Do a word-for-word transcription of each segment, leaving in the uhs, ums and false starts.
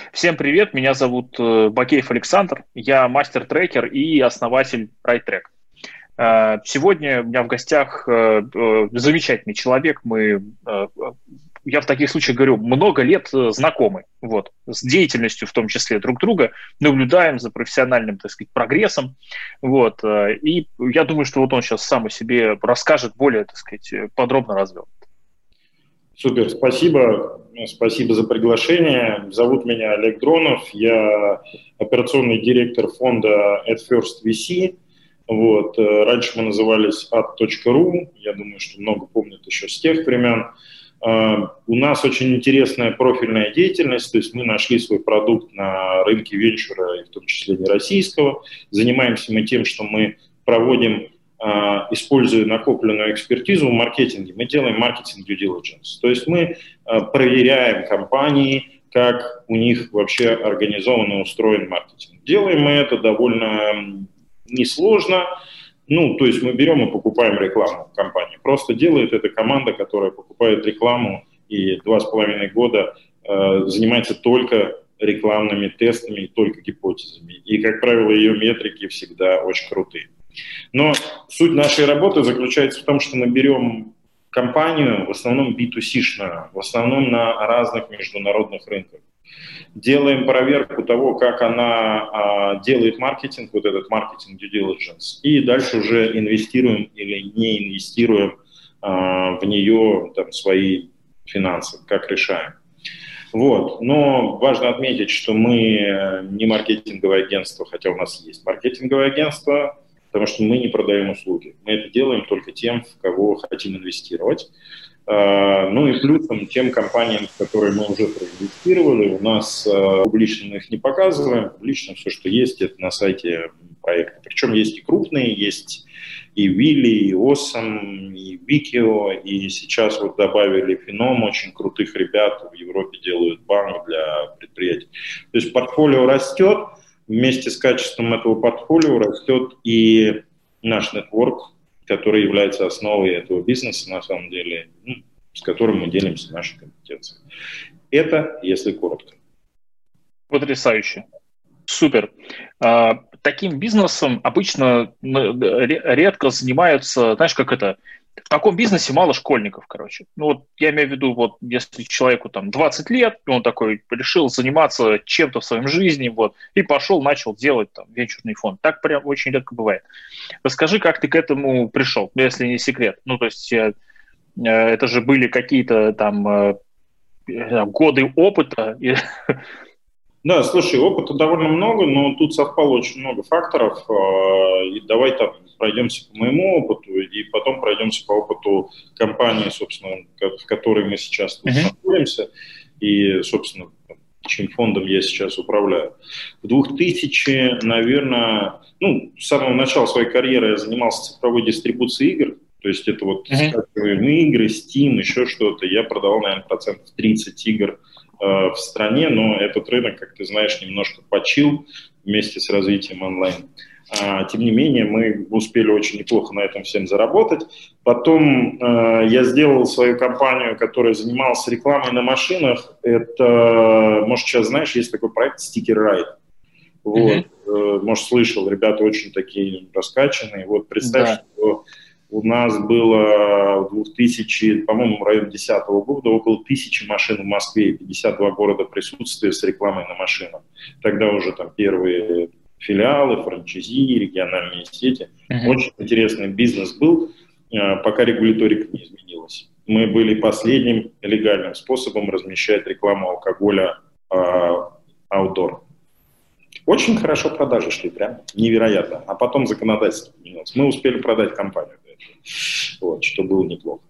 Всем привет, меня зовут э, Бакеев Александр, я мастер-трекер и основатель RideTrack. Э, Сегодня у меня в гостях э, э, замечательный человек, мы, э, я в таких случаях говорю, много лет э, знакомы, вот, с деятельностью в том числе друг друга, наблюдаем за профессиональным, так сказать, прогрессом, вот, э, и я думаю, что вот он сейчас сам о себе расскажет более, так сказать, подробно развернуто. Супер, спасибо. Спасибо за приглашение. Зовут меня Олег Дронов. Я операционный директор фонда AdFirst ви си. Вот. Раньше мы назывались ад точка ру. Я думаю, что много помнят еще с тех времен. У нас очень интересная профильная деятельность, то есть мы нашли свой продукт на рынке венчура, и в том числе не российского. Занимаемся мы тем, что мы проводим, используя накопленную экспертизу в маркетинге, мы делаем маркетинг due diligence. То есть мы проверяем компании, как у них вообще организован и устроен маркетинг. Делаем мы это довольно несложно. Ну, то есть мы берем и покупаем рекламу в компании. Просто делает это команда, которая покупает рекламу и два с половиной года э, занимается только рекламными тестами и только гипотезами. И, как правило, ее метрики всегда очень крутые. Но суть нашей работы заключается в том, что мы берем компанию, в основном би ту си-шную, в основном на разных международных рынках. Делаем проверку того, как она а, делает маркетинг, вот этот маркетинг due diligence, и дальше уже инвестируем или не инвестируем а, в нее там, свои финансы, как решаем. Вот. Но важно отметить, что мы не маркетинговое агентство, хотя у нас есть маркетинговое агентство, потому что мы не продаем услуги. Мы это делаем только тем, в кого хотим инвестировать. Ну и плюсом тем компаниям, в которые мы уже проинвестировали, у нас публично мы их не показываем, публично все, что есть, это на сайте проекта. Причем есть и крупные, есть и Вилли, и Осом, и Викио, и сейчас вот добавили Феном, очень крутых ребят в Европе делают банк для предприятий. То есть портфолио растет, вместе с качеством этого портфолио растет и наш нетворк, который является основой этого бизнеса, на самом деле, ну, с которым мы делимся нашей компетенцией. Это, если коротко. Потрясающе. Супер. Таким бизнесом обычно редко занимаются, знаешь, как это, в таком бизнесе мало школьников, короче. Ну вот я имею в виду, вот если человеку там двадцать лет, и он такой решил заниматься чем-то в своем жизни, вот, и пошел, начал делать там венчурный фонд. Так прям очень редко бывает. Расскажи, как ты к этому пришел, если не секрет. Ну, то есть э, это же были какие-то там э, годы опыта. И... Да, слушай, опыта довольно много, но тут совпало очень много факторов. И давай там пройдемся по моему опыту, и потом пройдемся по опыту компании, собственно, в которой мы сейчас тут uh-huh. находимся, и, собственно, чьим фондом я сейчас управляю. В двухтысячном, наверное, ну, с самого начала своей карьеры я занимался цифровой дистрибуцией игр, то есть это вот uh-huh. скачиваемые игры, Steam, еще что-то. Я продавал, наверное, процентов тридцать игр в стране, но этот рынок, как ты знаешь, немножко почил вместе с развитием онлайн. А, тем не менее, мы успели очень неплохо на этом всем заработать. Потом э, я сделал свою компанию, которая занималась рекламой на машинах. Это, может, сейчас знаешь, есть такой проект Sticker Ride. Вот. Mm-hmm. Э, может, слышал, ребята очень такие раскачанные. Вот представь, да. что у нас было в двухтысячном, по-моему, в районе две тысячи десятого года около тысячи машин в Москве, пятьдесят два города присутствия с рекламой на машинах. Тогда уже там первые филиалы, франчайзи, региональные сети. Uh-huh. Очень интересный бизнес был, пока регуляторика не изменилась. Мы были последним легальным способом размещать рекламу алкоголя аутдор. Очень хорошо продажи шли, прям невероятно. А потом законодательство поменялось. Мы успели продать компанию. Вот, что было неплохо.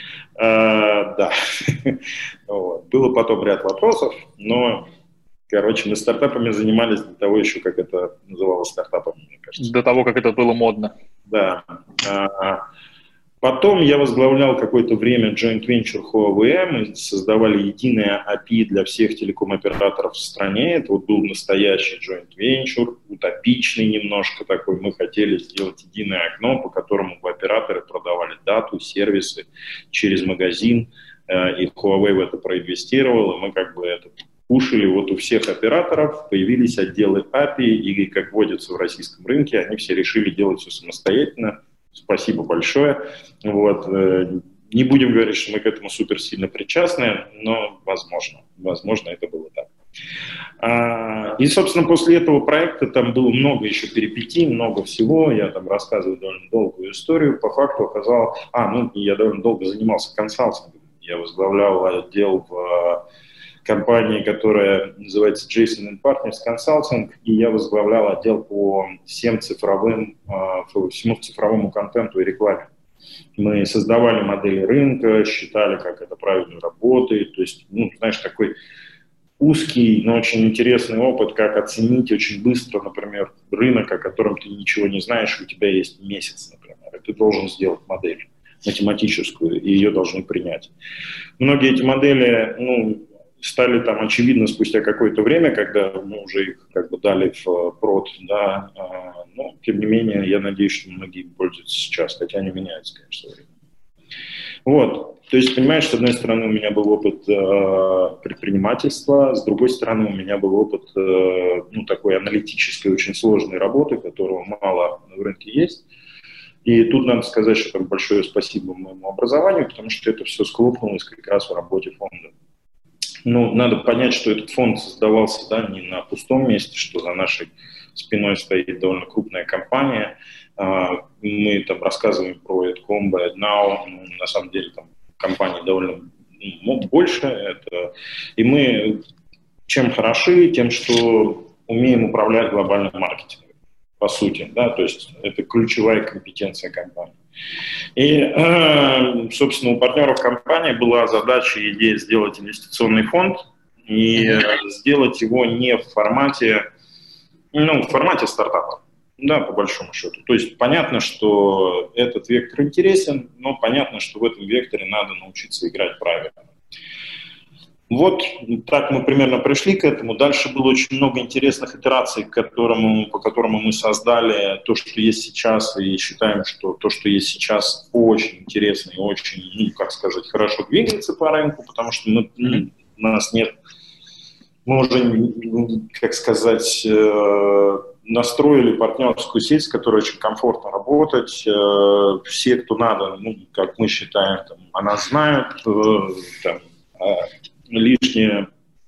А, да. Вот. Было потом ряд вопросов, но, короче, мы стартапами занимались до того еще, как это называлось стартапами, мне кажется. До того, как это было модно. Да. А, потом я возглавлял какое-то время joint venture Huawei, мы создавали единое эй пи ай для всех телеком-операторов в стране. Это вот был настоящий joint venture, утопичный немножко такой. Мы хотели сделать единое окно, по которому бы операторы продавали дату, сервисы через магазин, и Huawei в это проинвестировал, и мы как бы это пушили вот у всех операторов, появились отделы эй пи ай, и, как водится в российском рынке, они все решили делать все самостоятельно. Спасибо большое. Вот. Не будем говорить, что мы к этому супер сильно причастны, но возможно, возможно, это было так. И, собственно, после этого проекта там было много еще перипетий, много всего. Я там рассказываю довольно долгую историю. По факту оказалось... А, ну, я довольно долго занимался консалтингом. Я возглавлял отдел в компании, которая называется Jason энд Partners Consulting, и я возглавлял отдел по всем цифровым, всему цифровому контенту и рекламе. Мы создавали модели рынка, считали, как это правильно работает. То есть, ну, знаешь, такой узкий, но очень интересный опыт, как оценить очень быстро, например, рынок, о котором ты ничего не знаешь, у тебя есть месяц, например, и ты должен сделать модель математическую, и ее должны принять. Многие эти модели, ну, стали там очевидно спустя какое-то время, когда мы уже их как бы дали в прод, да, но тем не менее я надеюсь, что многие пользуются сейчас, хотя они меняются, конечно, время. Вот, то есть, понимаешь, с одной стороны у меня был опыт э, предпринимательства, с другой стороны у меня был опыт, э, ну, такой аналитической, очень сложной работы, которого мало в рынке есть. И тут надо сказать, что там большое спасибо моему образованию, потому что это все схлопнулось как раз в работе фонда. Ну, надо понять, что этот фонд создавался, да, не на пустом месте, что за нашей спиной стоит довольно крупная компания. Мы там рассказываем про AdCombo, AdNow, ну, на самом деле там компаний довольно ну, больше. Это... И мы чем хороши, тем, что умеем управлять глобальным маркетингом, по сути, да, то есть это ключевая компетенция компании. И, собственно, у партнеров компании была задача и идея сделать инвестиционный фонд и сделать его не в формате, ну, в формате стартапа, да, по большому счету. То есть понятно, что этот вектор интересен, но понятно, что в этом векторе надо научиться играть правильно. Вот так мы примерно пришли к этому. Дальше было очень много интересных итераций, к которому, по которым мы создали то, что есть сейчас, и считаем, что то, что есть сейчас, очень интересно и очень, ну, как сказать, хорошо двигается по рынку, потому что мы, mm-hmm. у нас нет, мы уже, как сказать, настроили партнерскую сеть, с которой очень комфортно работать. Все, кто надо, ну, как мы считаем, там, она знает, там, лишняя,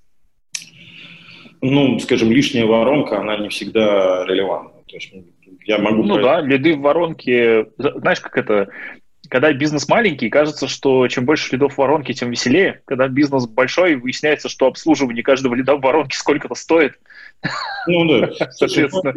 ну, скажем, лишняя воронка, она не всегда релевантна. То есть я могу... Ну да, лиды в воронке, знаешь, как это, когда бизнес маленький, кажется, что чем больше лидов в воронке, тем веселее. Когда бизнес большой, выясняется, что обслуживание каждого лида в воронке сколько-то стоит. Ну да. Соответственно.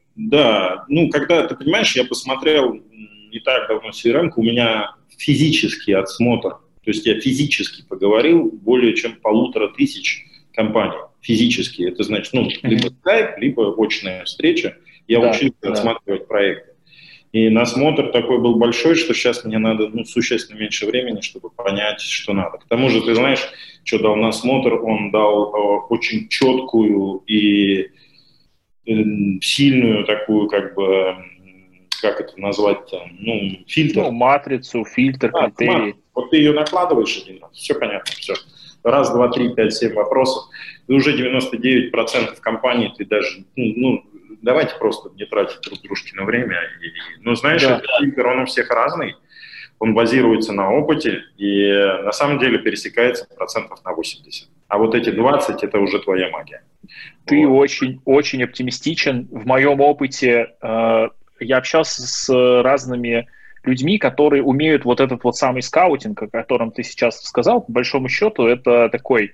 Да, ну, когда, ты понимаешь, я посмотрел не так давно си эр эм, у меня физический отсмотр. То есть я физически поговорил более чем полутора тысяч компаний. Физически. Это значит, ну, либо скайп, либо очная встреча. Я да, учился да. отсматривать проекты. И насмотр такой был большой, что сейчас мне надо, ну, существенно меньше времени, чтобы понять, что надо. К тому же, ты знаешь, что дал насмотр? Он дал э, очень четкую и э, сильную такую, как бы, как это назвать-то, ну, фильтр. Ну, матрицу, фильтр, да, критерии. Вот ты ее накладываешь один раз, все понятно, все. Раз, два, три, пять, семь вопросов, и уже девяносто девять процентов компаний ты даже, ну, ну, давайте просто не тратить друг дружки на время. И, ну, знаешь, да. Этот фильтр, он у всех разный, он базируется на опыте, и на самом деле пересекается процентов на восемьдесят. А вот эти двадцать – это уже твоя магия. Ты вот. очень, очень оптимистичен. В моем опыте э, я общался с разными людьми, которые умеют вот этот вот самый скаутинг, о котором ты сейчас сказал, по большому счету, это такой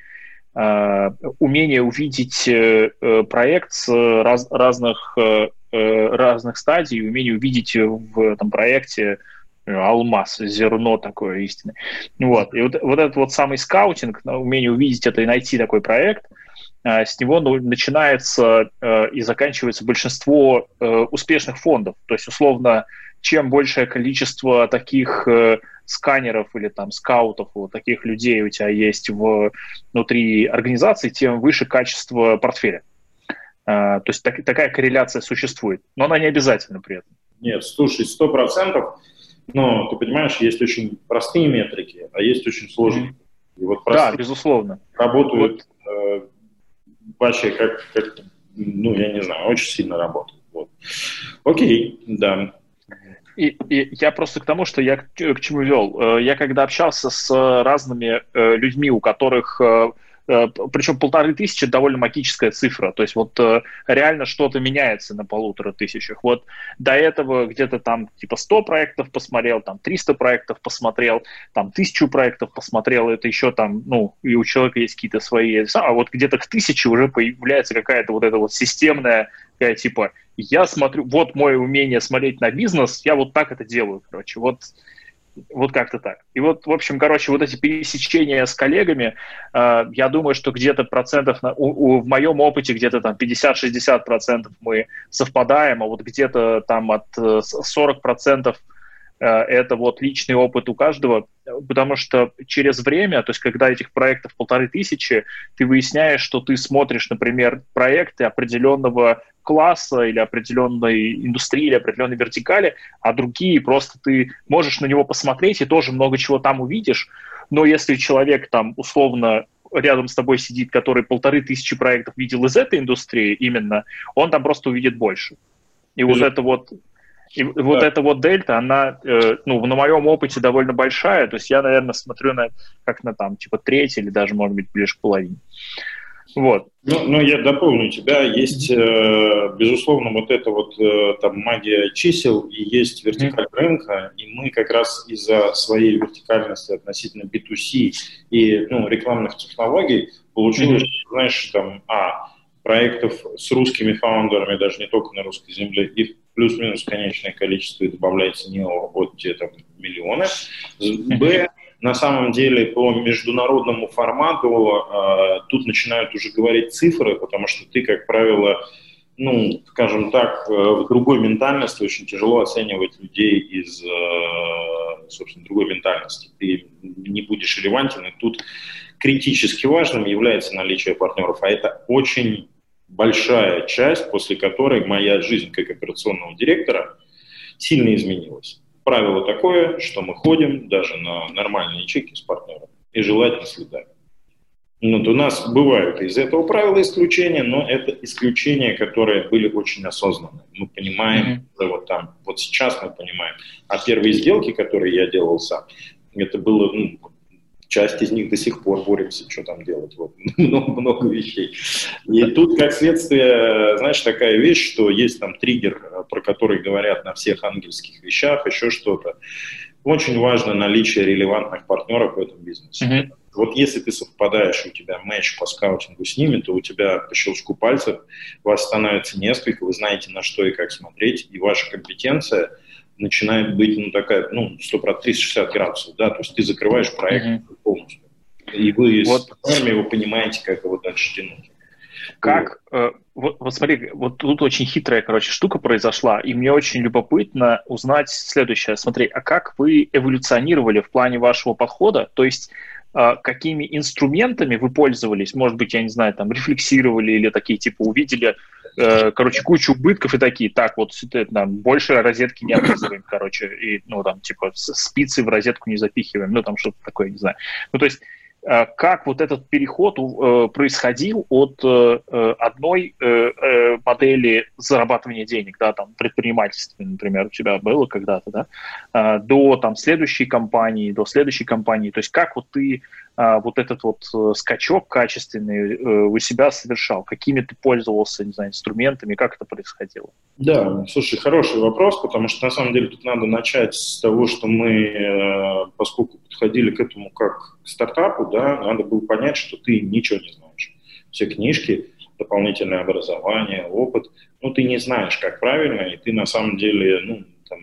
э, умение увидеть э, проект с раз, разных, э, разных стадий, умение увидеть в этом проекте алмаз, зерно такое истинное. Вот. И вот, вот этот вот самый скаутинг, умение увидеть это и найти такой проект, э, с него ну, начинается э, и заканчивается большинство э, успешных фондов. То есть, условно, чем большее количество таких э, сканеров или там скаутов, вот таких людей у тебя есть в, внутри организации, тем выше качество портфеля. Э, то есть так, такая корреляция существует, но она не обязательна при этом. Нет, слушай, сто процентов, но ты понимаешь, есть очень простые метрики, а есть очень сложные. Mm-hmm. И вот простые, да, безусловно. Работают вот. э, вообще как, как, ну, я не знаю, очень сильно работает. Вот. Окей, да. И, и я просто к тому, что я к, к чему вел. Я когда общался с разными э, людьми, у которых, э, э, причем полторы тысячи довольно магическая цифра, то есть вот э, реально что-то меняется на полутора тысячах. Вот до этого где-то там типа сто проектов посмотрел, там триста проектов посмотрел, там тысячу проектов посмотрел, это еще там, ну, и у человека есть какие-то свои, а вот где-то к тысяче уже появляется какая-то вот эта вот системная, такая типа я смотрю, вот мое умение смотреть на бизнес, я вот так это делаю, короче, вот, вот как-то так. И вот, в общем, короче, вот эти пересечения с коллегами, э, я думаю, что где-то процентов, на, у, у, в моем опыте где-то там пятьдесят-шестьдесят процентов мы совпадаем, а вот где-то там от э, сорок процентов это вот личный опыт у каждого, потому что через время, то есть когда этих проектов полторы тысячи, ты выясняешь, что ты смотришь, например, проекты определенного класса или определенной индустрии, или определенной вертикали, а другие просто ты можешь на него посмотреть и тоже много чего там увидишь, но если человек там условно рядом с тобой сидит, который полторы тысячи проектов видел из этой индустрии именно, он там просто увидит больше. И вот это вот И да. вот эта вот дельта, она, э, ну, на моем опыте довольно большая, то есть я, наверное, смотрю на как на там, типа, треть или даже, может быть, ближе к половине. Вот. Ну, ну, я дополню тебя. Есть, э, безусловно, вот эта вот э, там магия чисел и есть вертикаль mm-hmm. рынка, и мы как раз из-за своей вертикальности относительно би ту си и, ну, рекламных технологий получилось, mm-hmm. знаешь, там, а, проектов с русскими фаундерами, даже не только на русской земле, их плюс-минус конечное количество, и добавляется не вот где там миллионы. Б, на самом деле, по международному формату э, тут начинают уже говорить цифры, потому что ты, как правило, ну, скажем так, э, в другой ментальности очень тяжело оценивать людей из, э, собственно, другой ментальности. Ты не будешь релевантен, и тут критически важным является наличие партнеров, а это очень большая часть, после которой моя жизнь как операционного директора сильно изменилась. Правило такое, что мы ходим даже на нормальные чеки с партнером и желательно с лидами. Ну, у нас бывают из этого правила исключения, но это исключения, которые были очень осознанны. Мы понимаем, mm-hmm. вот там, вот сейчас мы понимаем. А первые сделки, которые я делал сам, это было, ну, часть из них до сих пор боремся, что там делать. Вот. много, много вещей. И тут, как следствие, знаешь, такая вещь, что есть там триггер, про который говорят на всех ангельских вещах, еще что-то. Очень важно наличие релевантных партнеров в этом бизнесе. Mm-hmm. Вот если ты совпадаешь, у тебя матч по скаутингу с ними, то у тебя по щелчку пальцев вас становится несколько, вы знаете, на что и как смотреть, и ваша компетенция начинает быть, ну, такая, ну, сто процентов триста шестьдесят градусов, да, то есть ты закрываешь проект mm-hmm. полностью, и вы вот. с партнерами вы понимаете, как его дальше тянуть. Как, вот. Э, вот, вот смотри, вот тут очень хитрая, короче, штука произошла, и мне очень любопытно узнать следующее. Смотри, а как вы эволюционировали в плане вашего подхода, то есть э, какими инструментами вы пользовались, может быть, я не знаю, там, рефлексировали или такие, типа, увидели, э, короче, кучу убытков и такие, так, вот, там, больше розетки не обрезываем, короче, и, ну, там, типа, спицы в розетку не запихиваем, ну, там, что-то такое, не знаю. Ну, то есть, как вот этот переход э, происходил от э, одной э, модели зарабатывания денег, да, там, предпринимательства, например, у тебя было когда-то, да, э, до там следующей компании, до следующей компании, то есть как вот ты э, вот этот вот скачок качественный э, у себя совершал, какими ты пользовался, не знаю, инструментами, как это происходило? Да, слушай, хороший вопрос, потому что на самом деле тут надо начать с того, что мы, поскольку подходили к этому как к стартапу, да, надо было понять, что ты ничего не знаешь. Все книжки, дополнительное образование, опыт, ну, ты не знаешь, как правильно, и ты на самом деле, ну, там,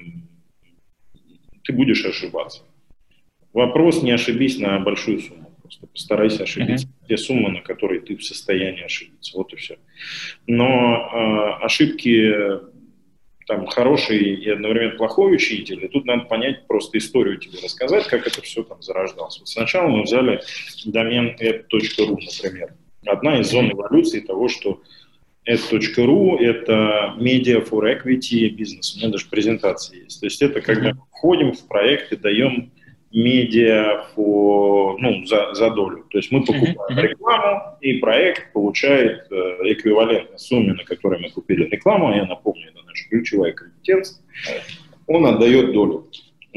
ты будешь ошибаться. Вопрос: не ошибись на большую сумму, просто постарайся ошибиться. Mm-hmm. Те суммы, на которые ты в состоянии ошибиться, вот и все. Но э, ошибки, там, хороший и одновременно плохой учитель, и тут надо понять, просто историю тебе рассказать, как это все там зарождалось. Вот сначала мы взяли домен эд точка ру, например. Одна из зон эволюции того, что эд точка ру – это media for equity бизнес. У меня даже презентация есть. То есть это когда мы входим в проект и даем медиа for, ну, за, за долю. То есть мы покупаем uh-huh. рекламу, и проект получает э, эквивалентной сумме, на которой мы купили рекламу. Я напомню, это наша ключевая компетенция. Он отдает долю.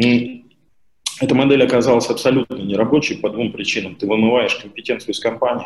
Эта модель оказалась абсолютно нерабочей по двум причинам. Ты вымываешь компетенцию из компании,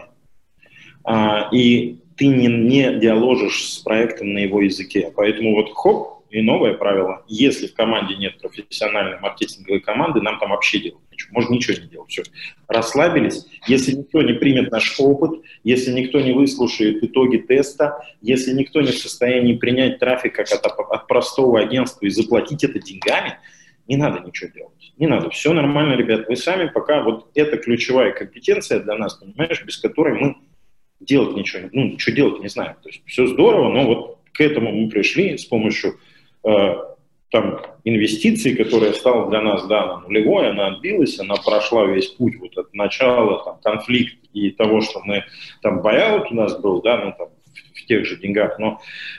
а, и ты не, не диаложишь с проектом на его языке. Поэтому вот хоп, и новое правило. Если в команде нет профессиональной маркетинговой команды, нам там вообще делать ничего. Можно ничего не делать. Все. Расслабились. Если никто не примет наш опыт, если никто не выслушает итоги теста, если никто не в состоянии принять трафик как от, от простого агентства и заплатить это деньгами, не надо ничего делать. Не надо. Все нормально, ребят. Вы сами пока вот это ключевая компетенция для нас, понимаешь, без которой мы делать ничего, ну, ничего делать не знаем. То есть все здорово, но вот к этому мы пришли с помощью э, там, инвестиций, которая стала для нас, да, она нулевой, она отбилась, она прошла весь путь вот от начала, там, конфликт и того, что мы, там, buyout у нас был, да, ну, там, в, в тех же деньгах, но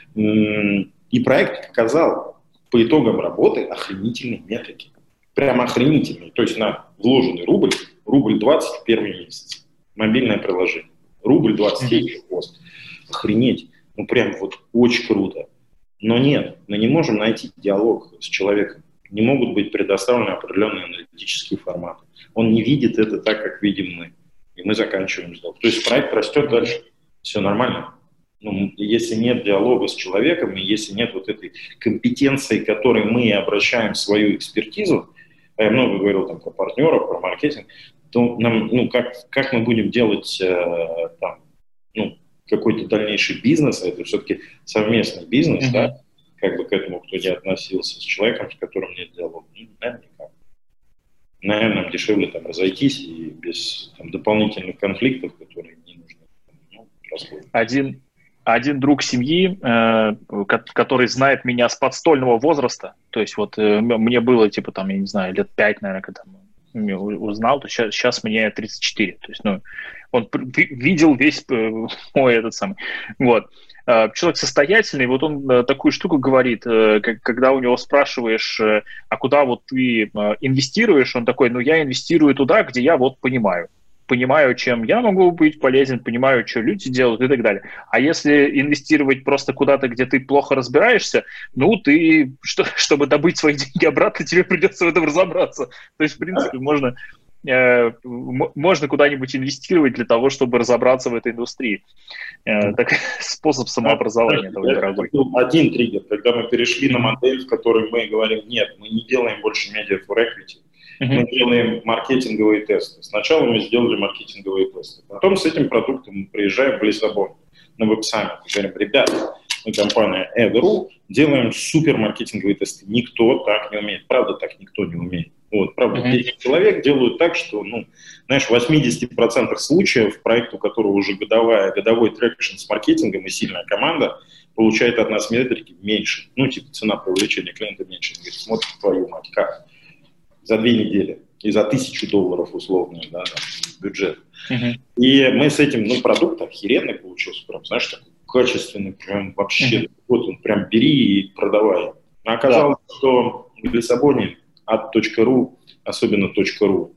м- и проект показал по итогам работы охренительные метрики. Прямо охренительные. То есть на вложенный рубль, рубль двадцать в первый месяц. Мобильное приложение. Рубль двадцать mm-hmm. пост. Охренеть. Ну прям вот очень круто. Но нет, мы не можем найти диалог с человеком. Не могут быть предоставлены определенные аналитические форматы. Он не видит это так, как видим мы. И мы заканчиваем сделку. То есть проект растет дальше. Все нормально. Ну, если нет диалога с человеком, и если нет вот этой компетенции, к которой мы обращаем свою экспертизу, а я много говорил там про партнеров, про маркетинг, то нам, ну, как, как мы будем делать э, там, ну, какой-то дальнейший бизнес, а это все-таки совместный бизнес, mm-hmm. да, как бы к этому кто не относился, с человеком, с которым нет диалога, ну, наверное, никак. Наверное, нам дешевле там разойтись и без там, дополнительных конфликтов, которые не нужны. Ну, Один Один друг семьи, э, который знает меня с подстольного возраста, то есть вот э, мне было, типа, там, я не знаю, лет пять, наверное, когда узнал, то сейчас, сейчас мне тридцать четыре. То есть, ну, он видел весь э, мой этот самый. Вот. Э, человек состоятельный, вот он э, такую штуку говорит, э, когда у него спрашиваешь, э, а куда вот ты э, инвестируешь, он такой, ну, я инвестирую туда, где я вот понимаю. Понимаю, чем я могу быть полезен, понимаю, что люди делают и так далее. А если инвестировать просто куда-то, где ты плохо разбираешься, ну, ты, что, чтобы добыть свои деньги обратно, тебе придется в этом разобраться. То есть, в принципе, можно, э, можно куда-нибудь инвестировать для того, чтобы разобраться в этой индустрии. Э, так, способ самообразования довольно дорогой. Один триггер, когда мы перешли на модель, в которой мы говорим, нет, мы не делаем больше media for equity. Uh-huh. Мы делаем маркетинговые тесты. Сначала мы сделали маркетинговые тесты. Потом с этим продуктом мы приезжаем в Лиссабон на веб-саммит. Говорим, ребята, мы компания Ad точка ру делаем супер маркетинговые тесты. Никто так не умеет. Правда, так никто не умеет. Вот, правда, uh-huh. десять человек делают так, что, ну, знаешь, в восемьдесят процентов случаев проект, у которого уже годовая, годовой трекшн с маркетингом и сильная команда, получает от нас метрики меньше. Ну, типа цена привлечения клиента меньше. Говорит, смотри, твою мать, как? За две недели и за тысячу долларов условно, да, там, бюджет. Uh-huh. И мы с этим, ну, продукт охеренный получился, прям, знаешь, такой качественный, прям вообще, uh-huh. вот он, прям бери и продавай. А оказалось, да. что в Лиссабоне ад точка ру, особенно .ру,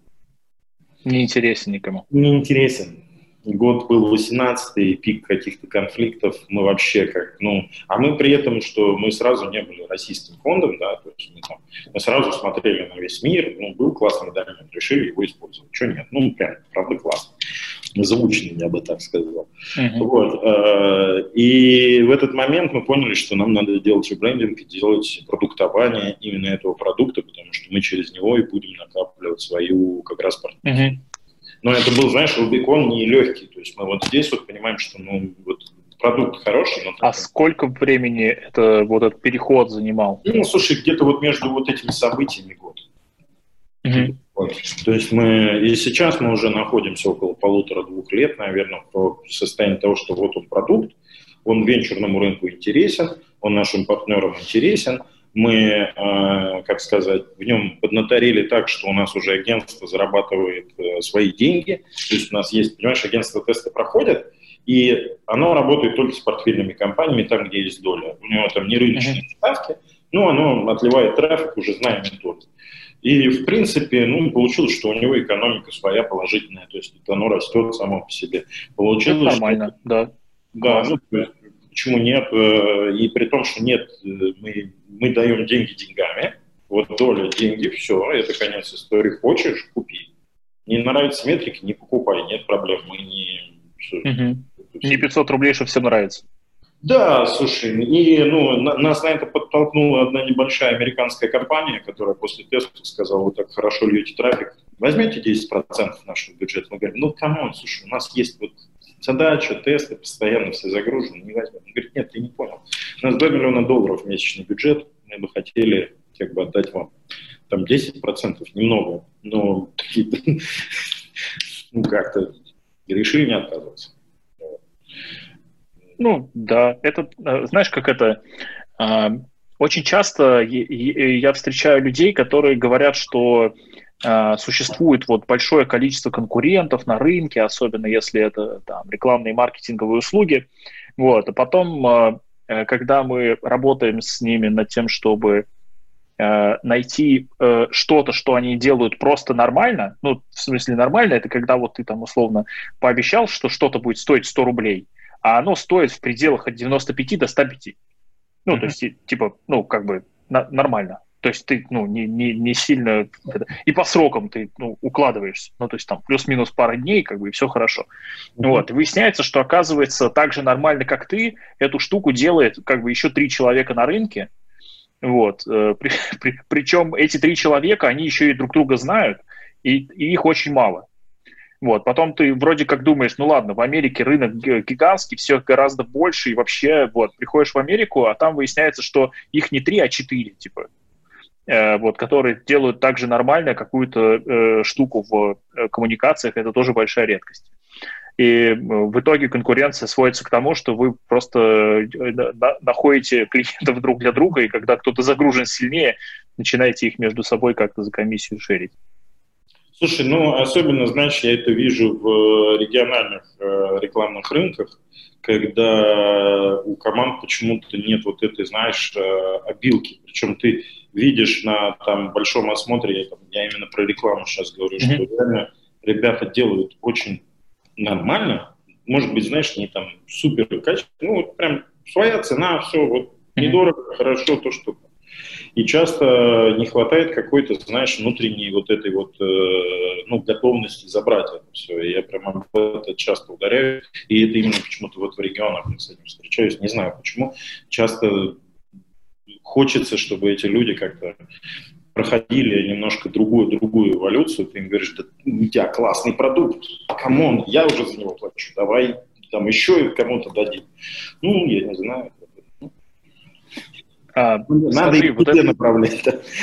не интересен никому. Не интересен. Год был восемнадцатый, пик каких-то конфликтов, мы вообще как, ну, а мы при этом, что мы сразу не были российским фондом, да, то есть мы, там, мы сразу смотрели на весь мир, ну, был классный документ, решили его использовать, что нет, ну, прям, правда, классно, звучный, я бы так сказал. Uh-huh. Вот, и в этот момент мы поняли, что нам надо делать ребрендинг и делать продуктование именно этого продукта, потому что мы через него и будем накапливать свою как раз партнерскую. Uh-huh. Но это был, знаешь, Рубикон не легкий. То есть мы вот здесь вот понимаем, что ну, вот продукт хороший. Но а сколько времени это, вот этот переход занимал? Ну, слушай, где-то вот между вот этими событиями год. Mm-hmm. Вот. То есть мы и сейчас мы уже находимся около полутора-двух лет, наверное, по состоянию того, что вот он продукт, он венчурному рынку интересен, он нашим партнерам интересен. Мы, э, как сказать, в нем поднаторили так, что у нас уже агентство зарабатывает э, свои деньги. То есть у нас есть, понимаешь, агентство тесты проходят, и оно работает только с портфельными компаниями, там, где есть доля. У него там не рыночные uh-huh. ставки, но оно отливает трафик, уже зная методы. И, в принципе, ну, получилось, что у него экономика своя положительная, то есть оно растет само по себе. Это Получилось, что... нормально, да. Да, Класс. ну, то есть, почему нет? э, И при том, что нет, э, мы, мы даем деньги деньгами, вот доля деньги, все, это конец истории. Хочешь — купи. Не нравится метрика — не покупай, нет проблем. Мы не... Угу. Не пятьсот рублей, что всем нравится. Да, слушай, и ну, на- нас на это подтолкнула одна небольшая американская компания, которая после теста сказала: вот так хорошо льете трафик, возьмите десять процентов нашего бюджета. Мы говорим: ну, камон, слушай, у нас есть вот задача, тесты, постоянно все загружены, не возьмем. Он говорит: нет, ты не понял. У нас два миллиона долларов месячный бюджет, мы бы хотели как бы отдать вам там десять процентов, немного, но ну, как-то решили не отказываться. Ну, да, это, знаешь, как это... Очень часто я встречаю людей, которые говорят, что существует вот большое количество конкурентов на рынке, особенно если это там рекламные и маркетинговые услуги. Вот. А потом, когда мы работаем с ними над тем, чтобы найти что-то, что они делают просто нормально, ну, в смысле нормально, это когда вот ты там условно пообещал, что что-то будет стоить сто рублей, а оно стоит в пределах от девяноста пяти до ста пяти. Ну, mm-hmm. то есть, типа, ну, как бы на- нормально. То есть ты, ну, не, не, не сильно... И по срокам ты, ну, укладываешься. Ну, то есть там плюс-минус пара дней, как бы, и все хорошо. Mm-hmm. Вот. И выясняется, что, оказывается, так же нормально, как ты, эту штуку делает, как бы, еще три человека на рынке. Вот. При, при, причем эти три человека, они еще и друг друга знают, и, и их очень мало. Вот. Потом ты вроде как думаешь: ну ладно, в Америке рынок гигантский, все гораздо больше, и вообще вот приходишь в Америку, а там выясняется, что их не три, а четыре, типа, э, вот, которые делают также нормально какую-то э, штуку в э, коммуникациях, это тоже большая редкость. И в итоге конкуренция сводится к тому, что вы просто находите клиентов друг для друга, и когда кто-то загружен сильнее, начинаете их между собой как-то за комиссию шерить. Слушай, ну, особенно, знаешь, я это вижу в региональных э, рекламных рынках, когда у команд почему-то нет вот этой, знаешь, э, обилки. Причем ты видишь на там большом осмотре, я, там, я именно про рекламу сейчас говорю, mm-hmm. что реально ребята делают очень нормально. Может быть, знаешь, не там супер качественно, ну, вот прям своя цена, все, вот mm-hmm. недорого, хорошо, то, что... И часто не хватает какой-то, знаешь, внутренней вот этой вот, э, ну, готовности забрать это все. И я прямо об это часто ударяю. И это именно почему-то вот в регионах я с этим встречаюсь. Не знаю почему. Часто хочется, чтобы эти люди как-то проходили немножко другую, другую эволюцию. Ты им говоришь: да у тебя классный продукт, камон, я уже за него плачу, давай там еще кому-то дадим. Ну, я не знаю. А, Надо смотри, их вот это... направлять.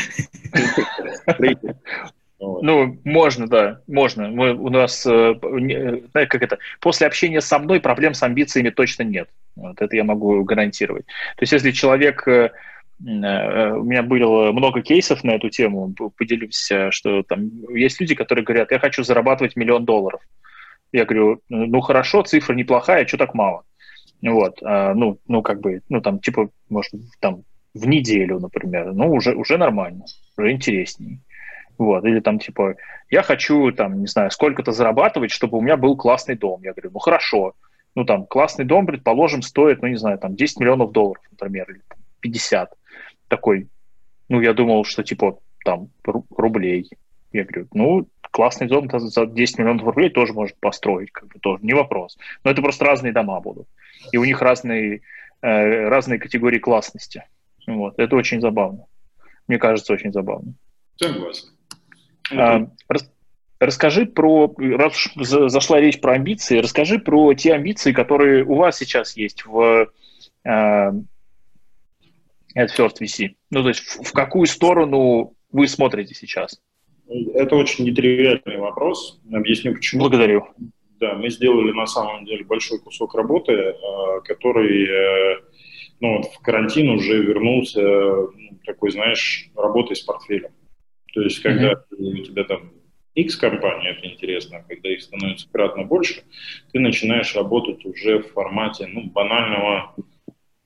Ну, можно, да, можно. Мы, у нас, знаете, как это, после общения со мной проблем с амбициями точно нет. Вот это я могу гарантировать. То есть, если человек... У меня было много кейсов на эту тему, поделюсь, что там есть люди, которые говорят: я хочу зарабатывать миллион долларов. Я говорю: ну, хорошо, цифра неплохая, что так мало? Вот, ну, ну, как бы, ну, там, типа, может, там, в неделю, например, ну, уже, уже нормально, уже интереснее. Вот, или там, типа, я хочу, там, не знаю, сколько-то зарабатывать, чтобы у меня был классный дом. Я говорю: ну, хорошо, ну, там, классный дом, предположим, стоит, ну, не знаю, там, десять миллионов долларов, например, или пятьдесят. Такой, ну, я думал, что, типа, там, рублей. Я говорю: ну, классный дом за десять миллионов рублей тоже может построить, как бы, тоже, не вопрос. Но это просто разные дома будут. И у них разные, э, разные категории классности. Вот, это очень забавно. Мне кажется, очень забавно. Согласен. А, рас, расскажи про, раз уж зашла речь про амбиции, расскажи про те амбиции, которые у вас сейчас есть в э, AdFirst ви си. Ну, то есть в, в какую сторону вы смотрите сейчас? Это очень нетривиальный вопрос. Объясню, почему. Благодарю. Да, мы сделали на самом деле большой кусок работы, который, ну, в карантин уже вернулся такой, знаешь, работой с портфелем. То есть, когда mm-hmm. у тебя там X компания, это интересно, когда их становится кратно больше, ты начинаешь работать уже в формате, ну, банального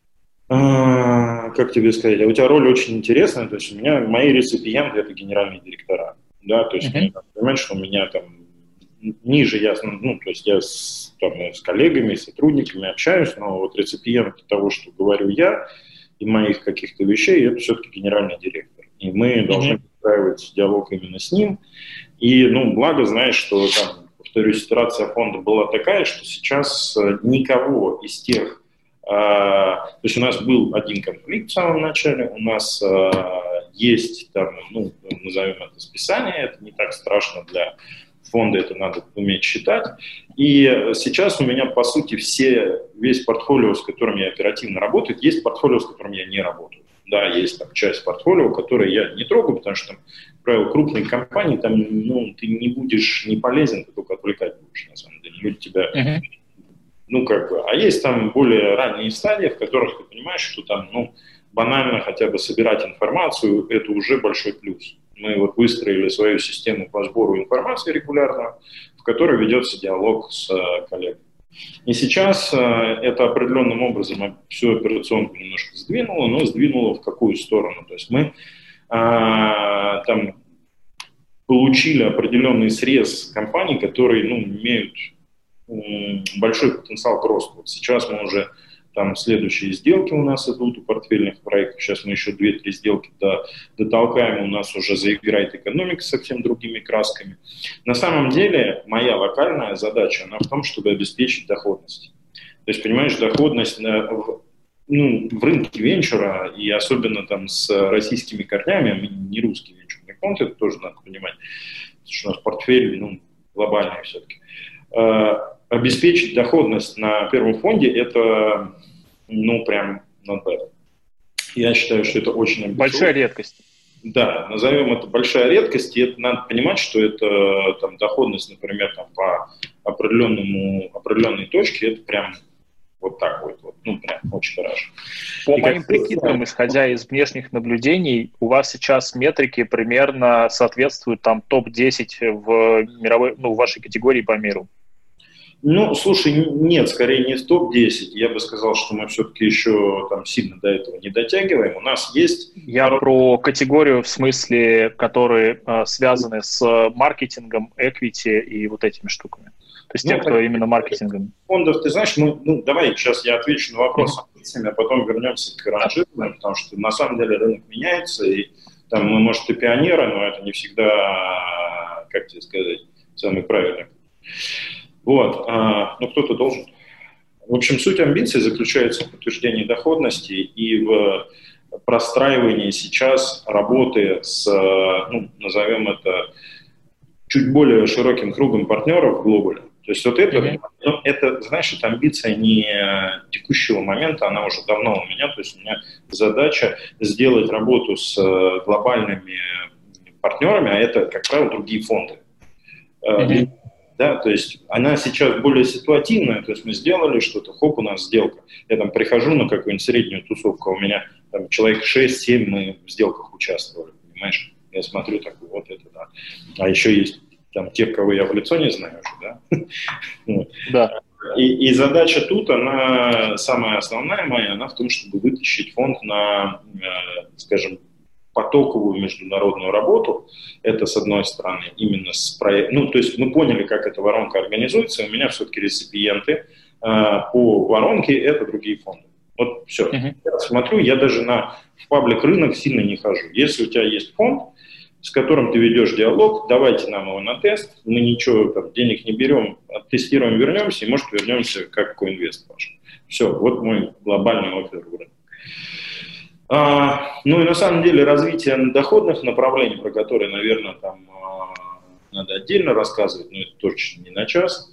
А, как тебе сказать, а у тебя роль очень интересная, то есть у меня, мои реципиенты – это генеральные директора, да, то есть Uh-huh. мне надо понимать, что у меня там ниже я, ну, то есть я с, там, с коллегами, сотрудниками общаюсь, но вот реципиент того, что говорю я, и моих каких-то вещей, это все-таки генеральный директор. И мы должны Uh-huh. устраивать диалог именно с ним. И, ну, благо, знаешь, что там, повторюсь, ситуация фонда была такая, что сейчас никого из тех, э, то есть у нас был один конфликт в самом начале, у нас э, есть там, ну, назовем это списание, это не так страшно для фонда, это надо уметь считать. И сейчас у меня, по сути, все, весь портфолио, с которым я оперативно работаю, есть портфолио, с которым я не работаю. Да, есть там часть портфолио, которую я не трогаю, потому что, там, как правило, крупные компании, там, ну, ты не будешь не полезен, ты только отвлекать будешь, на самом деле. Люди тебя, Uh-huh. ну, как бы, а есть там более ранние стадии, в которых ты понимаешь, что там, ну, банально хотя бы собирать информацию, это уже большой плюс. Мы вот выстроили свою систему по сбору информации регулярно, в которой ведется диалог с коллегами. И сейчас э, это определенным образом всю операционку немножко сдвинуло, но сдвинуло в какую сторону? То есть мы э, там получили определенный срез компаний, которые, ну, имеют э, большой потенциал к росту. Вот сейчас мы уже там следующие сделки у нас идут у портфельных проектов. Сейчас мы еще две-три сделки дотолкаем, у нас уже заиграет экономика совсем другими красками. На самом деле моя локальная задача, она в том, чтобы обеспечить доходность. То есть, понимаешь, доходность на, в, ну, в рынке венчура, и особенно там с российскими корнями, мы не русский венчурный фонд, это тоже надо понимать, потому что у нас портфель, ну, глобальный все-таки. Обеспечить доходность на первом фонде – это, ну, прям not bad. Я считаю, что это очень амбициозно. Большая редкость. Да, назовем это большая редкость, и это надо понимать, что это там, доходность, например, там, по определенному, определенной точке, это прям вот так вот, вот ну, прям очень хорошо. По и моим как... прикидкам, исходя из внешних наблюдений, у вас сейчас метрики примерно соответствуют там топ десять в мировой, ну, в вашей категории по миру. Ну, слушай, нет, скорее не в топ десять. Я бы сказал, что мы все-таки еще там сильно до этого не дотягиваем. У нас есть... Я про категорию, в смысле, которые э, связаны с маркетингом, equity и вот этими штуками. То есть ну, те, кто именно маркетингом. Фондов, ты знаешь, мы, ну, давай сейчас я отвечу на вопрос с амбициями, а потом вернемся к ранжированию, потому что на самом деле рынок меняется, и там мы, может, и пионеры, но это не всегда, как тебе сказать, самый правильный. Вот, а, ну кто-то должен. В общем, суть амбиций заключается в подтверждении доходности и в простраивании сейчас работы с, ну, назовем это, чуть более широким кругом партнеров в глобале. То есть вот это, mm-hmm. ну, это, знаешь, это амбиция не текущего момента, она уже давно у меня. То есть у меня задача сделать работу с глобальными партнерами, а это, как правило, другие фонды. Mm-hmm. Да, то есть она сейчас более ситуативная, то есть мы сделали что-то, хоп, у нас сделка. Я там прихожу на какую-нибудь среднюю тусовку, у меня там человек шесть-семь, мы в сделках участвовали, понимаешь? Я смотрю, так, вот это, да. А еще есть там те, кого я в лицо не знаю уже, да? Да. И, и задача тут, она самая основная моя, она в том, чтобы вытащить фонд на, скажем, потоковую международную работу. Это, с одной стороны, именно с проектом. Ну, то есть мы поняли, как эта воронка организуется. У меня все-таки реципиенты э, по воронке – это другие фонды. Вот все. Uh-huh. Я смотрю, я даже на в паблик рынок сильно не хожу. Если у тебя есть фонд, с которым ты ведешь диалог, давайте нам его на тест. Мы ничего, там, денег не берем, оттестируем, вернемся, и, может, вернемся как коинвест ваш. Все, вот мой глобальный оффер в рынке. А, ну и на самом деле развитие доходных направлений, про которые, наверное, там а, надо отдельно рассказывать, но это точно не на час.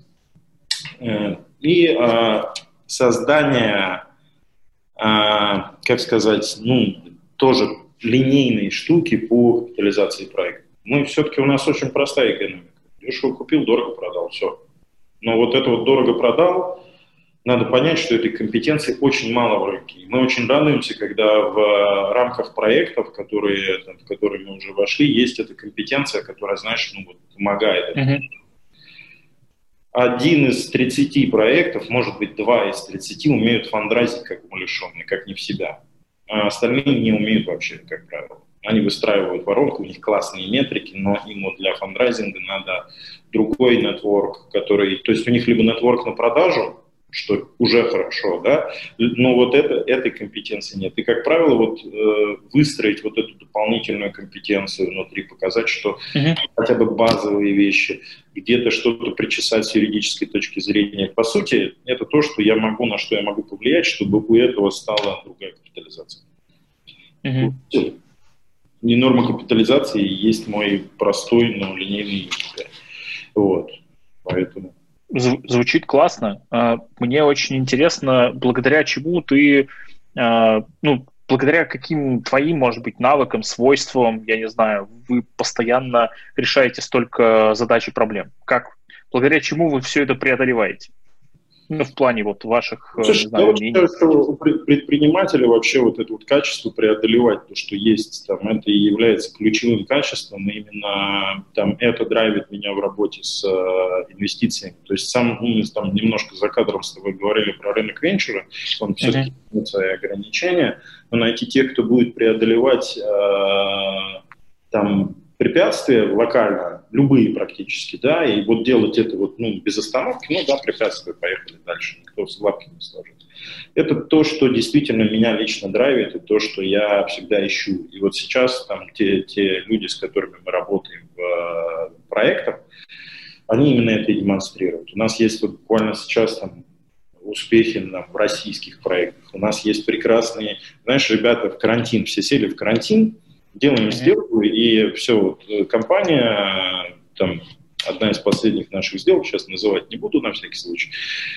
И а, создание, а, как сказать, ну, тоже линейной штуки по капитализации проекта. Мы все-таки, у нас очень простая экономика. Дешево купил, дорого продал, все. Но вот это вот дорого продал, надо понять, что этой компетенции очень мало в рынке. И мы очень радуемся, когда в рамках проектов, которые, там, в которые мы уже вошли, есть эта компетенция, которая, знаешь, ну, вот, помогает. Uh-huh. один из тридцати проектов, может быть, два из тридцати умеют фандрайзить как умалишенные, как не в себя. А остальные не умеют вообще, как правило. Они выстраивают воронку, у них классные метрики, но им вот для фандрайзинга надо другой нетворк, который... То есть у них либо нетворк на продажу, что уже хорошо, да, но вот это, этой компетенции нет. И, как правило, вот э, выстроить вот эту дополнительную компетенцию внутри, показать, что uh-huh. хотя бы базовые вещи, где-то что-то причесать с юридической точки зрения. По сути, это то, что я могу, на что я могу повлиять, чтобы у этого стала другая капитализация. Uh-huh. Вот. И норма капитализации есть мой простой, но линейный язык. Вот, поэтому... Звучит классно. Мне очень интересно, благодаря чему ты, ну, благодаря каким твоим, может быть, навыкам, свойствам, я не знаю, вы постоянно решаете столько задач и проблем. Как, благодаря чему вы все это преодолеваете? Ну, в плане вот ваших, Слушай, не знаю, я считаю, что у предпринимателя вообще вот это вот качество преодолевать то, что есть, там, это и является ключевым качеством, и именно там это драйвит меня в работе с э, инвестициями. То есть сам, ну, мы там немножко за кадром с тобой говорили про рынок венчура, он uh-huh. все-таки имеет свои ограничения, но найти тех, кто будет преодолевать э, там препятствия локально, любые практически, да, и вот делать это вот, ну, без остановки, ну, да, препятствия, поехали дальше, никто с лапки не сложит. Это то, что действительно меня лично драйвит, и то, что я всегда ищу. И вот сейчас там те, те люди, с которыми мы работаем в э, проектах, они именно это и демонстрируют. У нас есть вот буквально сейчас там успехи там, в российских проектах, у нас есть прекрасные, знаешь, ребята в карантин, все сели в карантин, делаем сделку, и все, вот, компания, там, одна из последних наших сделок, сейчас называть не буду на всякий случай,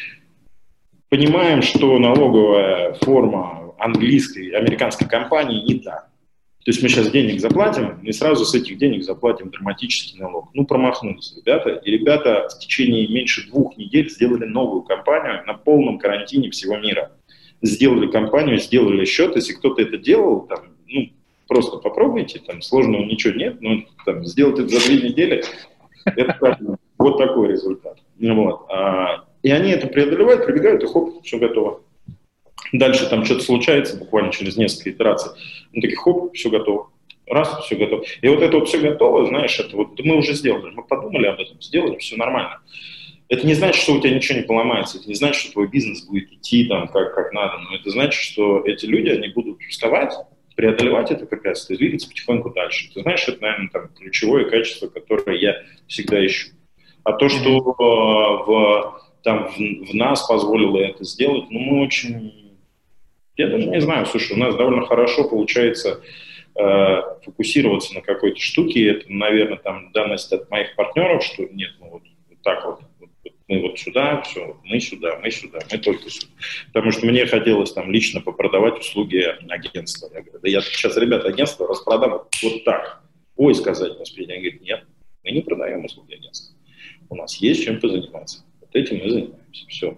понимаем, что налоговая форма английской, американской компании не та. То есть мы сейчас денег заплатим, и сразу с этих денег заплатим драматический налог. Ну, промахнулись ребята, и ребята в течение меньше двух недель сделали новую компанию на полном карантине всего мира. Сделали компанию, сделали счет, если кто-то это делал, там, ну, просто попробуйте, там сложного ничего нет, но там, сделать это за две недели, это вот такой результат. Вот. А, и они это преодолевают, прибегают, и хоп, все готово. Дальше там что-то случается, буквально через несколько итераций, они такие, хоп, все готово. Раз, все готово. И вот это вот все готово, знаешь, это вот мы уже сделали, мы подумали об этом, сделали, все нормально. Это не значит, что у тебя ничего не поломается, это не значит, что твой бизнес будет идти там как, как надо, но это значит, что эти люди, они будут вставать, преодолевать это препятствие, двигаться потихоньку дальше. Ты знаешь, это, наверное, там, ключевое качество, которое я всегда ищу. А то, что э, в, там, в, в нас позволило это сделать, ну, мы очень... Я даже не знаю, слушай, у нас довольно хорошо получается э, фокусироваться на какой-то штуке. Это, наверное, там данность от моих партнеров, что нет, ну, вот, вот так вот. Мы вот сюда, все, мы сюда, мы сюда, мы только сюда. Потому что мне хотелось там лично попродавать услуги агентства. Я говорю, да я сейчас, ребята, агентство распродам вот, вот так. Ой, сказать на спине. Я говорю, нет, мы не продаем услуги агентства. У нас есть чем позаниматься. Вот этим мы занимаемся. Все.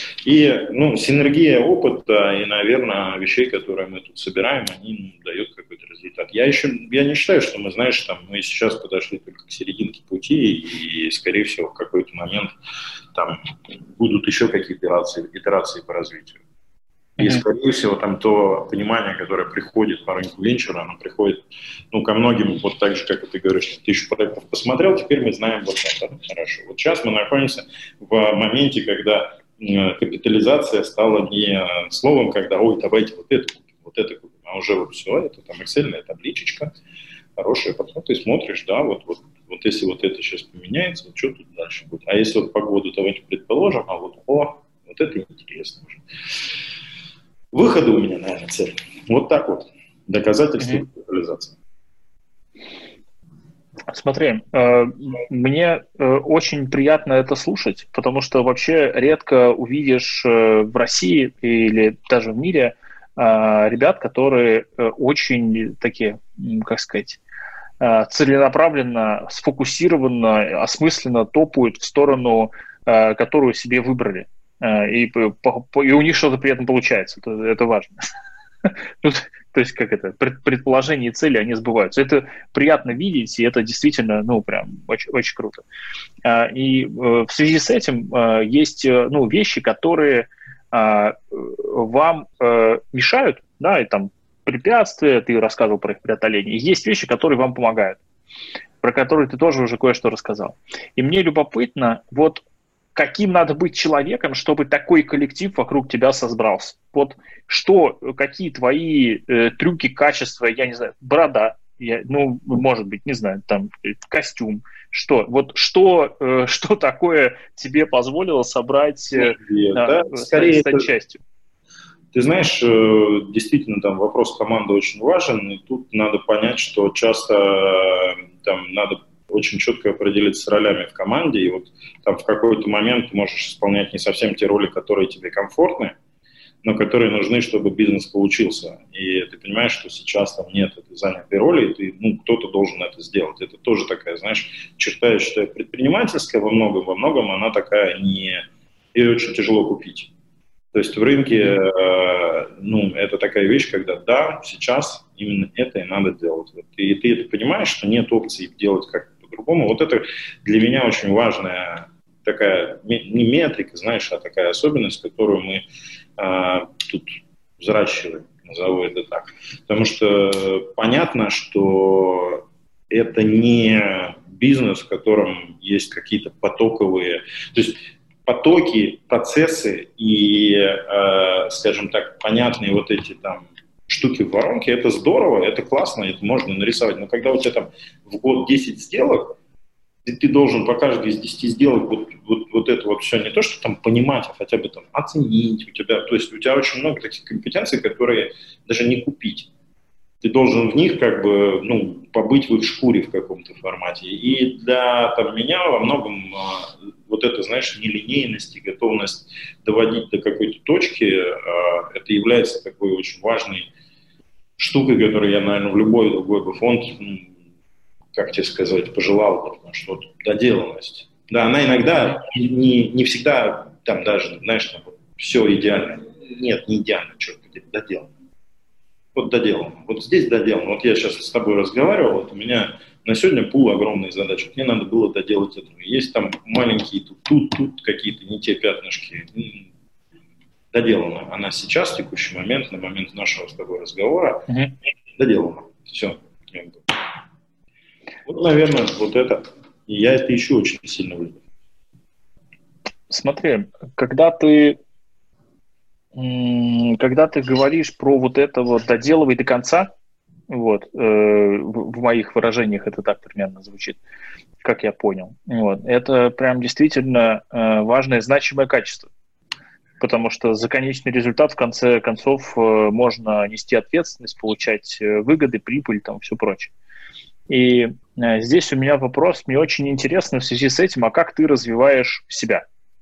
И, ну, синергия опыта и, наверное, вещей, которые мы тут собираем, они ну, дают какой-то результат. Я еще, я не считаю, что мы, знаешь, там, мы сейчас подошли только к серединке пути, и, скорее всего, в какой-то момент там будут еще какие-то итерации, итерации по развитию. И, скорее всего, там то понимание, которое приходит по рынку венчура, оно приходит, ну, ко многим, вот так же, как и ты говоришь, тысячу проектов посмотрел, теперь мы знаем вот это. Хорошо. Вот сейчас мы находимся в моменте, когда э, капитализация стала не словом, когда, ой, давайте вот это купим, вот это купим, а уже вот все, это там эксельная табличечка, хорошая, потом ты смотришь, да, вот, вот, вот если вот это сейчас поменяется, вот что тут дальше будет. А если вот погоду давайте предположим, а вот, о, вот это интересно уже. Выходы у меня, наверное, цель. Вот так вот. Доказательство капитализации. Смотри, мне очень приятно это слушать, потому что вообще редко увидишь в России или даже в мире ребят, которые очень такие, как сказать, целенаправленно, сфокусированно, осмысленно топают в сторону, которую себе выбрали. И, и у них что-то при этом получается, это, это важно. Ну, то есть, как это, предположения и цели, они сбываются. Это приятно видеть, и это действительно, ну, прям очень, очень круто. И в связи с этим есть, ну, вещи, которые вам мешают, да, и там препятствия, ты рассказывал про их преодоление. И есть вещи, которые вам помогают, про которые ты тоже уже кое-что рассказал. И мне любопытно, вот каким надо быть человеком, чтобы такой коллектив вокруг тебя собрался? Вот что, какие твои э, трюки, качества, я не знаю, борода, я, ну, может быть, не знаю, там, костюм, что? Вот что, э, что такое тебе позволило собрать, э, да, э, скорее стать это... частью? Ты знаешь, действительно, там вопрос команды очень важен, и тут надо понять, что часто там надо очень четко определиться с ролями в команде, и вот там в какой-то момент ты можешь исполнять не совсем те роли, которые тебе комфортны, но которые нужны, чтобы бизнес получился. И ты понимаешь, что сейчас там нет этой занятой роли, и ты, ну, кто-то должен это сделать. Это тоже такая, знаешь, черта, я считаю, предпринимательская во многом, во многом она такая не... Ее очень тяжело купить. То есть в рынке, э, ну, это такая вещь, когда да, сейчас именно это и надо делать. Вот, и ты это понимаешь, что нет опции делать как-то по-другому. Вот это для меня очень важная такая, не метрика, знаешь, а такая особенность, которую мы э, тут взращиваем, назову это так. Потому что понятно, что это не бизнес, в котором есть какие-то потоковые... То есть потоки, процессы и, э, скажем так, понятные вот эти там штуки в воронке, это здорово, это классно, это можно нарисовать. Но когда у тебя там в год десять сделок, ты, ты должен по каждой из десяти сделок вот, вот, вот это вот все не то, что там понимать, а хотя бы там оценить у тебя. То есть у тебя очень много таких компетенций, которые даже не купить. Ты должен в них как бы, ну, побыть в их шкуре в каком-то формате. И для там, меня во многом а, вот это, знаешь, нелинейность и готовность доводить до какой-то точки, а, это является такой очень важной штукой, которую я, наверное, в любой другой бы фонд, ну, как тебе сказать, пожелал бы, потому что вот доделанность. Да, она иногда не, не всегда там даже, знаешь, там, все идеально. Нет, не идеально, черт побери, доделано. Вот доделано. Вот здесь доделано. Вот я сейчас с тобой разговаривал, вот у меня на сегодня пул огромной задачи. Вот мне надо было доделать это. Есть там маленькие тут, тут, тут какие-то не те пятнышки. Доделано. Она сейчас, в текущий момент, на момент нашего с тобой разговора, uh-huh. доделана. Все. Вот, наверное, вот это. И я это ищу очень сильно в людях. Смотри, когда ты Когда ты говоришь про вот это вот доделывай до конца, вот, э, в, в моих выражениях это так примерно звучит, как я понял, вот, это прям действительно э, важное, значимое качество, потому что за конечный результат в конце концов э, можно нести ответственность, получать э, выгоды, прибыль, там, все прочее. И э, здесь у меня вопрос, мне очень интересно в связи с этим, а как ты развиваешь себя?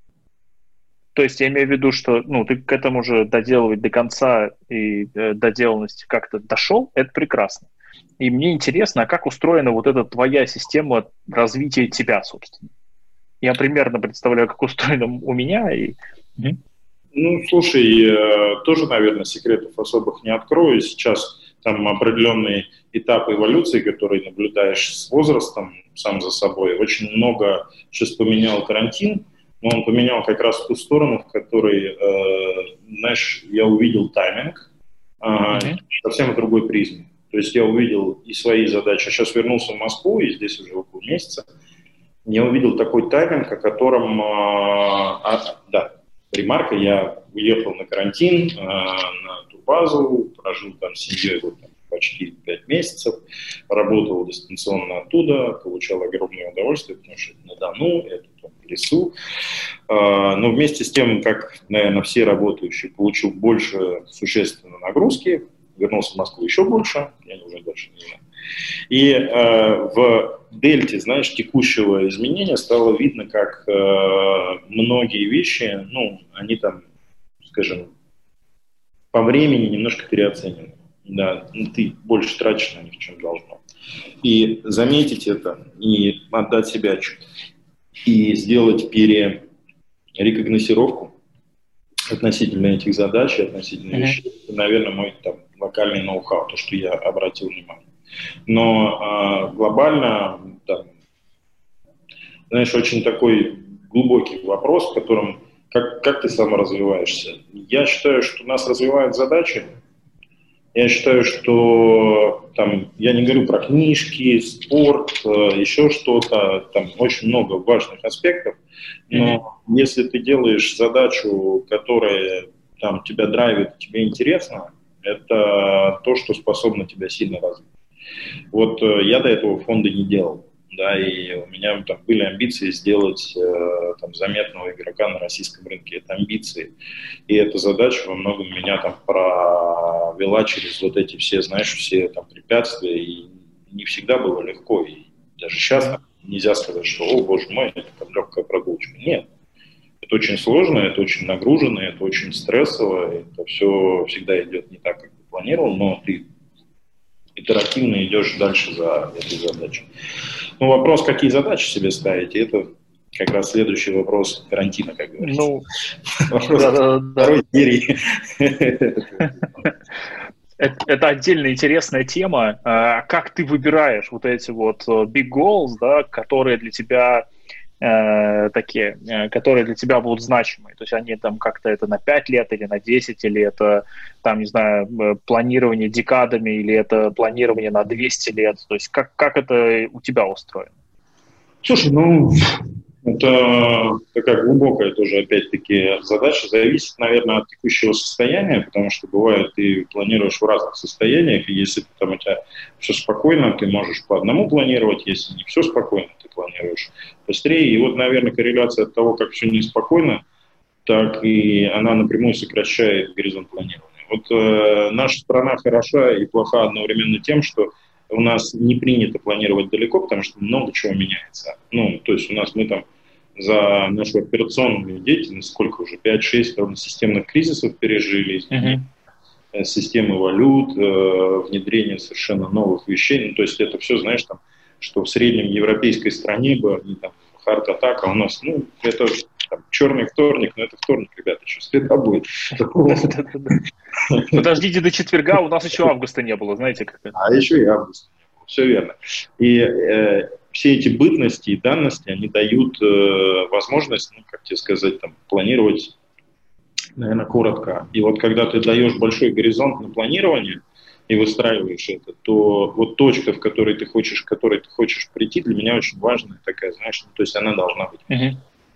То есть я имею в виду, что ну, ты к этому же доделывать до конца и э, доделанности как-то дошел, это прекрасно. И мне интересно, а как устроена вот эта твоя система развития тебя, собственно? Я примерно представляю, как устроена у меня. И... Ну, слушай, э, тоже, наверное, секретов особых не открою. Сейчас там определенный этап эволюции, который наблюдаешь с возрастом сам за собой. Очень много сейчас поменял карантин. Но он поменял как раз в ту сторону, в которой, э, знаешь, я увидел тайминг э, mm-hmm. совсем в другой призме. То есть я увидел и свои задачи. Сейчас вернулся в Москву, и здесь уже около месяца. Я увидел такой тайминг, о котором, э, а, да, ремарка, я уехал на карантин, э, на турбазу, прожил там с семьей вот, там, почти пять месяцев, работал дистанционно оттуда, получал огромное удовольствие, потому что это на Дону, это в лесу. Но вместе с тем, как, наверное, все работающие, получил больше существенно нагрузки, вернулся в Москву еще больше, я уже дальше не знаю. И э, в дельте, знаешь, текущего изменения стало видно, как э, многие вещи, ну, они там, скажем, по времени немножко переоценены. Да, ну, ты больше тратишь на них, чем должно. И заметить это, и отдать себе отчет, и сделать перерекогносцировку относительно этих задач, относительно mm-hmm. вещей, это, наверное, мой там локальный ноу-хау, то, что я обратил внимание. Но э, глобально, да, знаешь, очень такой глубокий вопрос, в котором как, как ты саморазвиваешься. Я считаю, что нас развивают задачи. Я считаю, что там, я не говорю про книжки, спорт, еще что-то, там очень много важных аспектов, но mm-hmm. если ты делаешь задачу, которая там, тебя драйвит, тебе интересно, это то, что способно тебя сильно развить. Вот я до этого фонда не делал. Да, и у меня там были амбиции сделать э, там, заметного игрока на российском рынке. Это амбиции. И эта задача во многом меня там провела через вот эти все, знаешь, все там препятствия. И не всегда было легко. И даже сейчас там, нельзя сказать, что, о, боже мой, это там легкая прогулочка. Нет. Это очень сложно, это очень нагружено, это очень стрессово. Это все всегда идет не так, как ты планировал, но ты итеративно идешь дальше за этой задачей. Ну, вопрос, какие задачи себе ставите, это как раз следующий вопрос карантина, как говорится. Ну, вопрос да, второй да. серии. Это, это отдельно интересная тема. Как ты выбираешь вот эти вот big goals, да, которые для тебя э, такие, которые для тебя будут значимые? То есть они там как-то это на пять лет или на десять, или это там, не знаю, планирование декадами, или это планирование на двести лет? То есть как, как это у тебя устроено? Слушай, ну, это такая глубокая тоже, опять-таки, задача. Зависит, наверное, от текущего состояния, потому что бывает, ты планируешь в разных состояниях, и если там у тебя все спокойно, ты можешь по одному планировать, если не все спокойно, ты планируешь быстрее. И вот, наверное, корреляция от того, как все неспокойно, так и она напрямую сокращает горизонт планирования. Вот э, наша страна хороша и плоха одновременно тем, что у нас не принято планировать далеко, потому что много чего меняется. Ну, то есть у нас мы там за нашу операционную деятельность, сколько уже, пять-шесть системных кризисов пережили, uh-huh. системы валют, э, внедрение совершенно новых вещей. Ну, то есть это все, знаешь, там, что в среднем европейской стране бы, они там, хард-атака, у нас, ну, это там, черный вторник, но это вторник, ребята, что среда будет. Подождите до четверга, у нас еще августа не было, знаете, как это. А еще и августа не было, все верно. И э, все эти бытности и данности, они дают э, возможность, ну, как тебе сказать, там, планировать, наверное, коротко. И вот когда ты даешь большой горизонт на планирование и выстраиваешь это, то вот точка, в которой ты хочешь, к которой ты хочешь прийти, для меня очень важная такая, знаешь, ну, то есть она должна быть. Uh-huh.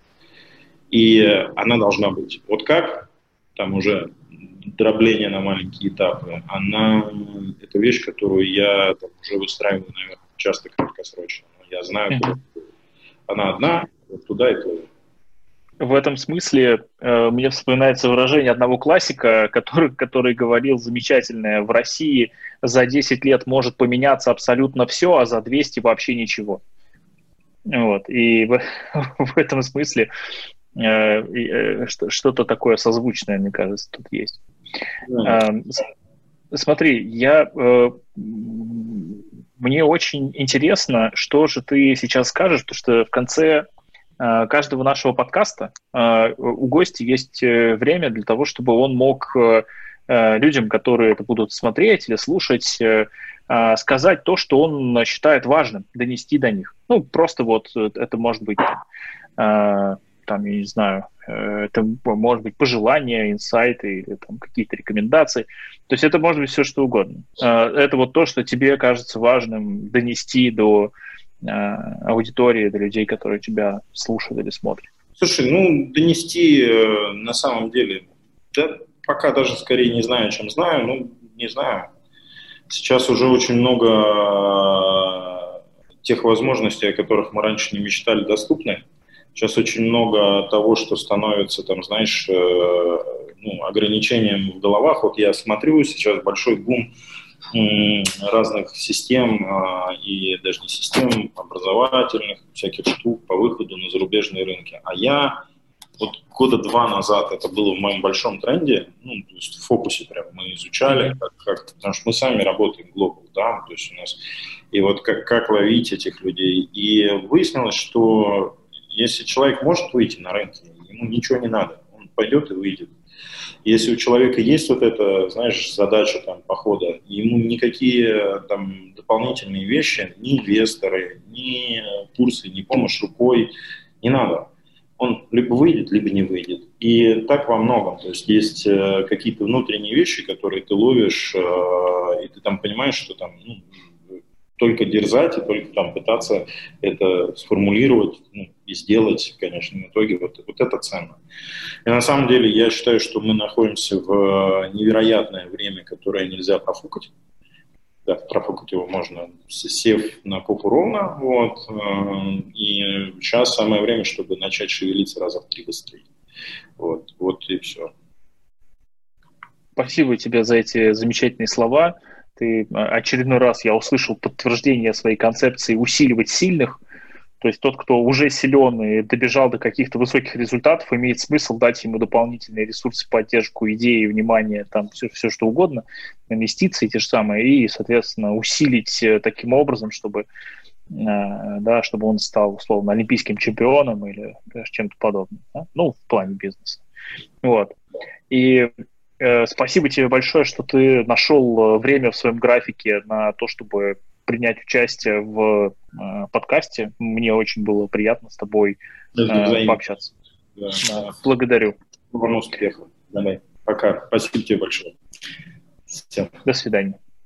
И она должна быть. Вот как, там уже дробление на маленькие этапы, она, это вещь, которую я там, уже выстраиваю, наверное, часто краткосрочно. Я знаю, uh-huh. куда она одна, вот туда и плыву. В этом смысле э, мне вспоминается выражение одного классика, который, который говорил замечательное: в России за десять лет может поменяться абсолютно все, а за двести вообще ничего. Вот. И в, в этом смысле э, э, что-то такое созвучное, мне кажется, тут есть. Mm. Э, смотри, я, э, мне очень интересно, что же ты сейчас скажешь, потому что в конце каждого нашего подкаста у гостя есть время для того, чтобы он мог людям, которые это будут смотреть или слушать, сказать то, что он считает важным, донести до них. Ну, просто вот это может быть, там, я не знаю, это может быть пожелания, инсайты или там какие-то рекомендации. То есть это может быть все, что угодно. Это вот то, что тебе кажется важным донести до аудитории, до людей, которые тебя слушают или смотрят? Слушай, ну, донести э, на самом деле, да, пока даже скорее не знаю, чем знаю, ну, не знаю. Сейчас уже очень много тех возможностей, о которых мы раньше не мечтали, доступны. Сейчас очень много того, что становится, там, знаешь, э, ну, ограничением в головах. Вот я смотрю, сейчас большой бум разных систем и даже не систем, образовательных, всяких штук по выходу на зарубежные рынки. А я вот года два назад, это было в моем большом тренде, ну, то есть в фокусе прям мы изучали, как, как, потому что мы сами работаем глобал, да, то есть у нас, и вот как, как ловить этих людей. И выяснилось, что если человек может выйти на рынке, ему ничего не надо, он пойдет и выйдет. Если у человека есть вот эта, знаешь, задача там похода, ему никакие там дополнительные вещи, ни инвесторы, ни курсы, ни помощь рукой не надо. Он либо выйдет, либо не выйдет. И так во многом. То есть есть э, какие-то внутренние вещи, которые ты ловишь, э, и ты там понимаешь, что там ну, только дерзать и только там пытаться это сформулировать ну, и сделать, конечно, в итоге вот, вот это ценно. И на самом деле я считаю, что мы находимся в невероятное время, которое нельзя профукать. Да, профукать его можно, сев на попу ровно. Вот, и сейчас самое время, чтобы начать шевелиться раза в три быстрее. Вот, вот и все. Спасибо тебе за эти замечательные слова. Ты очередной раз я услышал подтверждение своей концепции усиливать сильных. То есть тот, кто уже силен и добежал до каких-то высоких результатов, имеет смысл дать ему дополнительные ресурсы, поддержку, идеи, внимание, там все, все что угодно, инвестиции те же самые, и, соответственно, усилить таким образом, чтобы, да, чтобы он стал, условно, олимпийским чемпионом или даже чем-то подобным. Да? Ну, в плане бизнеса. Вот. И э, спасибо тебе большое, что ты нашел время в своем графике на то, чтобы принять участие в э, подкасте. Мне очень было приятно с тобой э, пообщаться. Да. Да. Благодарю. Вам успехов. Давай. Пока. Спасибо тебе большое. Всем. До свидания.